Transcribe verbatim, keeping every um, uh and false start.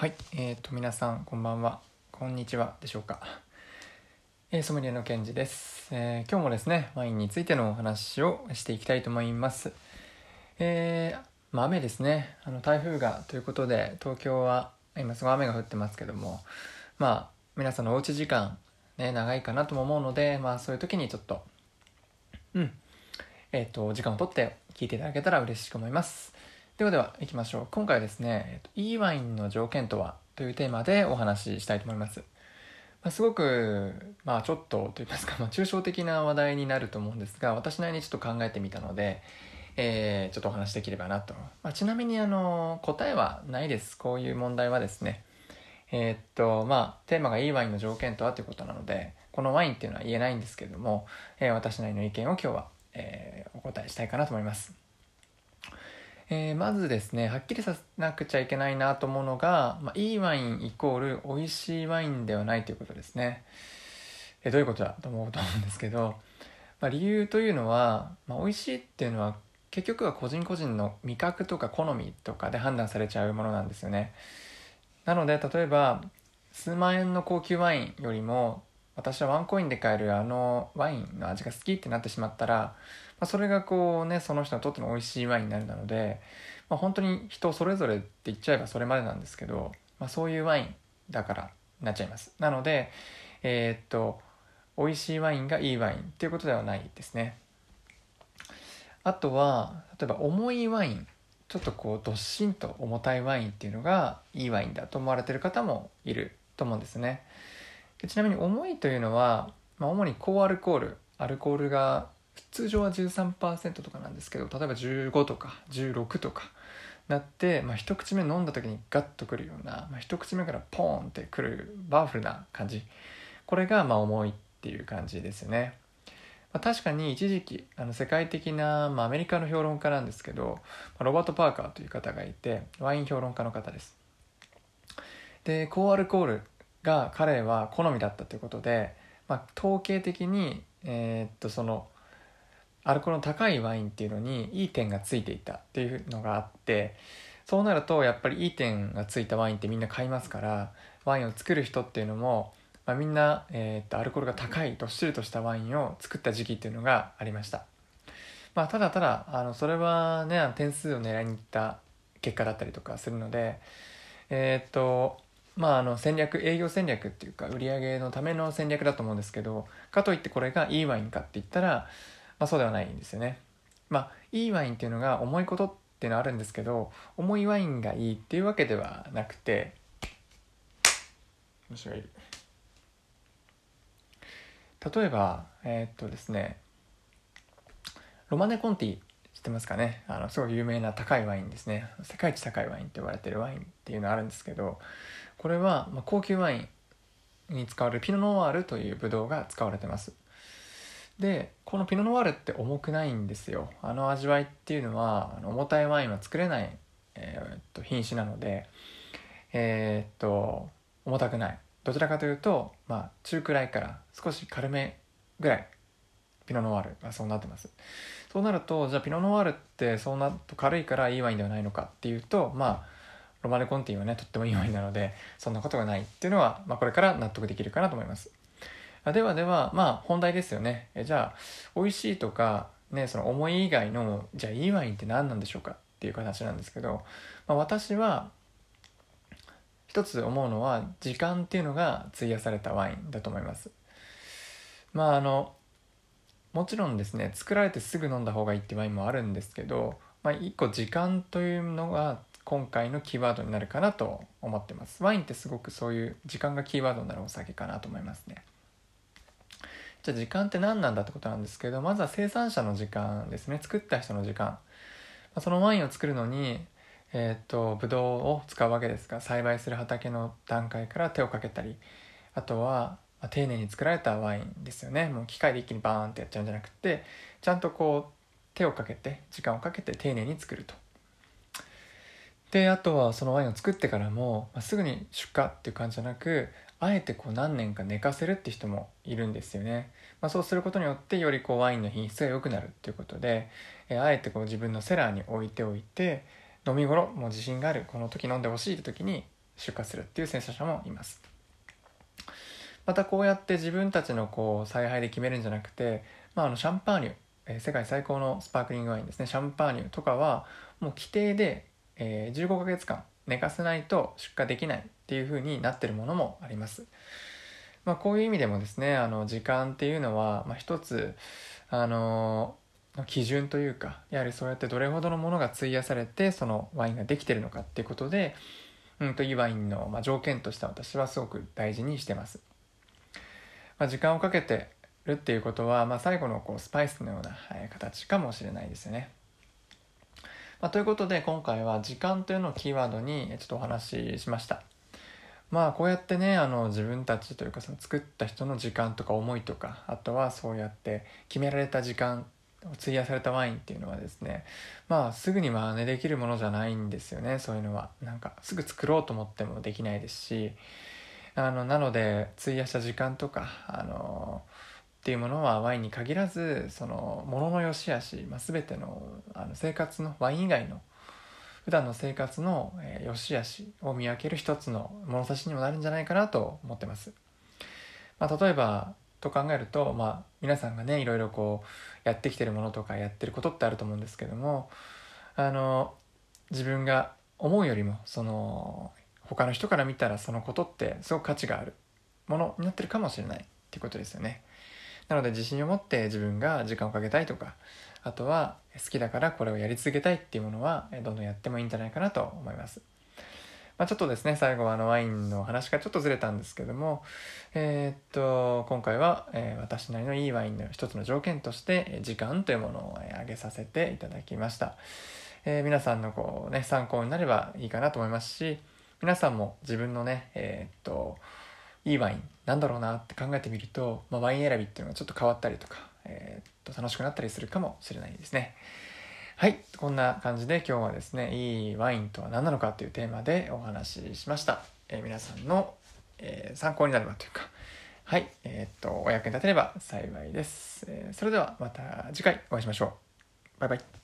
はい、えーと皆さんこんばんは、こんにちはでしょうか。えー、ソムリエのケンジです、えー、今日もですねワインについてのお話をしていきたいと思います。えーまあ、雨ですね。あの台風がということで東京は今すごい雨が降ってますけども、まあ皆さんのおうち時間ね長いかなとも思うので、まあそういう時にちょっとうんえっ、ー、と時間をとって聞いていただけたら嬉しく思います。ではでは行きましょう。今回はですね、えーと、いいワインの条件とはというテーマでお話ししたいと思います。まあ、すごく、まあちょっとといいますか、まあ、抽象的な話題になると思うんですが、私なりにちょっと考えてみたので、えーちょっとお話しできればなと。まあ、ちなみにあの答えはないです。こういう問題はですね。えーっとまあテーマがいいワインの条件とはということなので、このワインっていうのは言えないんですけれども、えー私なりの意見を今日は、えーお答えしたいかなと思います。えーまずですね、はっきりさせなくちゃいけないなと思うのが、まあ、いいワインイコール美味しいワインではないということですね。えーどういうことだと思うと思うんですけど、まあ、理由というのは、まあ、美味しいっていうのは結局は個人個人の味覚とか好みとかで判断されちゃうものなんですよね。なので例えば数万円の高級ワインよりも私はワンコインで買えるあのワインの味が好きってなってしまったら、まあ、それがこうねその人にとっての美味しいワインになるので、まあ、本当に人それぞれって言っちゃえばそれまでなんですけど、まあ、そういうワインだからなっちゃいます。なのでえー、っと美味しいワインがいいワインっていうことではないですね。あとは例えば重いワイン、ちょっとこうどっしんと重たいワインっていうのがいいワインだと思われている方もいると思うんですね。でちなみに重いというのは、まあ、主に高アルコールアルコールが通常は じゅうさんパーセント とかなんですけど、例えばじゅうごとかじゅうろくとかなって、まあ、一口目飲んだ時にガッとくるような、まあ、一口目からポーンってくるパワフルな感じ、これがまあ重いっていう感じですよね。まあ、確かに一時期あの世界的な、まあ、アメリカの評論家なんですけど、ロバート・パーカーという方がいて、ワイン評論家の方です。で高アルコールが彼は好みだったということで、まあ、統計的に、えーっとそのアルコールの高いワインっていうのにいい点がついていたっていうのがあって、そうなるとやっぱりいい点がついたワインってみんな買いますから、ワインを作る人っていうのも、まあ、みんな、えー、とアルコールが高いどっしりとしたワインを作った時期っていうのがありました。まあ、ただただあのそれはね点数を狙いにいった結果だったりとかするので、えっ、とまああの戦略営業戦略っていうか売り上げのための戦略だと思うんですけど、かといってこれがいいワインかって言ったら、まあ、そうではないんですよね。まあいいワインっていうのが重いことっていうのはあるんですけど、重いワインがいいっていうわけではなくて、虫がいる。例えばえっ、とですねロマネコンティ知ってますかね。あのすごい有名な高いワインですね。世界一高いワインって呼ばれてるワインっていうのがあるんですけど、これはまあ高級ワインに使われるピノノワールというブドウが使われてます。でこのピノノワールって重くないんですよ。あの味わいっていうのはあの重たいワインは作れない、えー、っと品種なので、えー、っと重たくない、どちらかというと、まあ、中くらいから少し軽めぐらいピノノワールがそうなってます。そうなるとじゃあピノノワールってそうなると軽いからいいワインではないのかっていうと、まあロマネコンティはねとってもいいワインなのでそんなことがないっていうのは、まあ、これから納得できるかなと思います。ではではまあ本題ですよね。えじゃあ美味しいとかねその重い以外のじゃあいいワインって何なんでしょうかっていう形なんですけど、まあ、私は一つ思うのは時間っていうのが費やされたワインだと思います。まああのもちろんですね作られてすぐ飲んだ方がいいってワインもあるんですけど、まあ、一個時間というのが今回のキーワードになるかなと思ってます。ワインってすごくそういう時間がキーワードになるお酒かなと思いますね。じゃあ時間って何なんだってことなんですけど、まずは生産者の時間ですね。作った人の時間、そのワインを作るのにえっ、とブドウを使うわけですが、栽培する畑の段階から手をかけたり、あとはまあ丁寧に作られたワインですよね。もう機械で一気にバーンってやっちゃうんじゃなくて、ちゃんとこう手をかけて時間をかけて丁寧に作ると。であとはそのワインを作ってからも、まあ、すぐに出荷っていう感じじゃなく、あえてこう何年か寝かせるって人もいるんですよね。まあ、そうすることによってよりこうワインの品質が良くなるっていうことで、えーあえてこう自分のセラーに置いておいて、飲み頃もう自信があるこの時飲んでほしいって時に出荷するっていう生産者もいます。またこうやって自分たちのこう采配で決めるんじゃなくて、まあ、あのシャンパーニュ、えー、世界最高のスパークリングワインですね、シャンパーニュとかはもう規定で、えー、じゅうごかげつかん寝かせないと出荷できないっていう風になっているものもあります。まあ、こういう意味でもですね、あの時間っていうのは、まあ、一つあの基準というか、やはりそうやってどれほどのものが費やされてそのワインができているのかっていうことで、うんといいワインの、まあ、条件としては私はすごく大事にしてます。まあ、時間をかけてるっていうことは、まあ、最後のこうスパイスのような、えー形かもしれないですよね。まあ、ということで今回は時間というのをキーワードにちょっとお話ししました。まあこうやってね、あの自分たちというかその作った人の時間とか思いとか、あとはそうやって決められた時間を費やされたワインっていうのはですね、まあすぐに真似できるものじゃないんですよね。そういうのはなんかすぐ作ろうと思ってもできないですし、あのなので費やした時間とかあのっていうものはワインに限らず、そのものの良し悪し、まあ、全ての、あの生活のワイン以外の普段の生活の、えー、良し悪しを見分ける一つの物差しにもなるんじゃないかなと思ってます。まあ、例えばと考えると、まあ、皆さんがねいろいろこうやってきてるものとかやってることってあると思うんですけども、あの自分が思うよりもその他の人から見たらそのことってすごく価値があるものになってるかもしれないっていうことですよね。なので自信を持って自分が時間をかけたいとか、あとは好きだからこれをやり続けたいっていうものはどんどんやってもいいんじゃないかなと思います。まあ、ちょっとですね、最後はあのワインの話がちょっとずれたんですけども、えー、っと今回は、えー、私なりのいいワインの一つの条件として時間というものを挙げさせていただきました。えー、皆さんのこう、ね、参考になればいいかなと思いますし、皆さんも自分のね、えー、っといいワインなんだろうなって考えてみると、まあ、ワイン選びっていうのがちょっと変わったりとか、えー、っと楽しくなったりするかもしれないですね。はい、こんな感じで今日はですね、いいワインとは何なのかというテーマでお話ししました。えー、皆さんの、えー、参考になればというか、はい、えー、っとお役に立てれば幸いです。えー、それではまた次回お会いしましょう。バイバイ。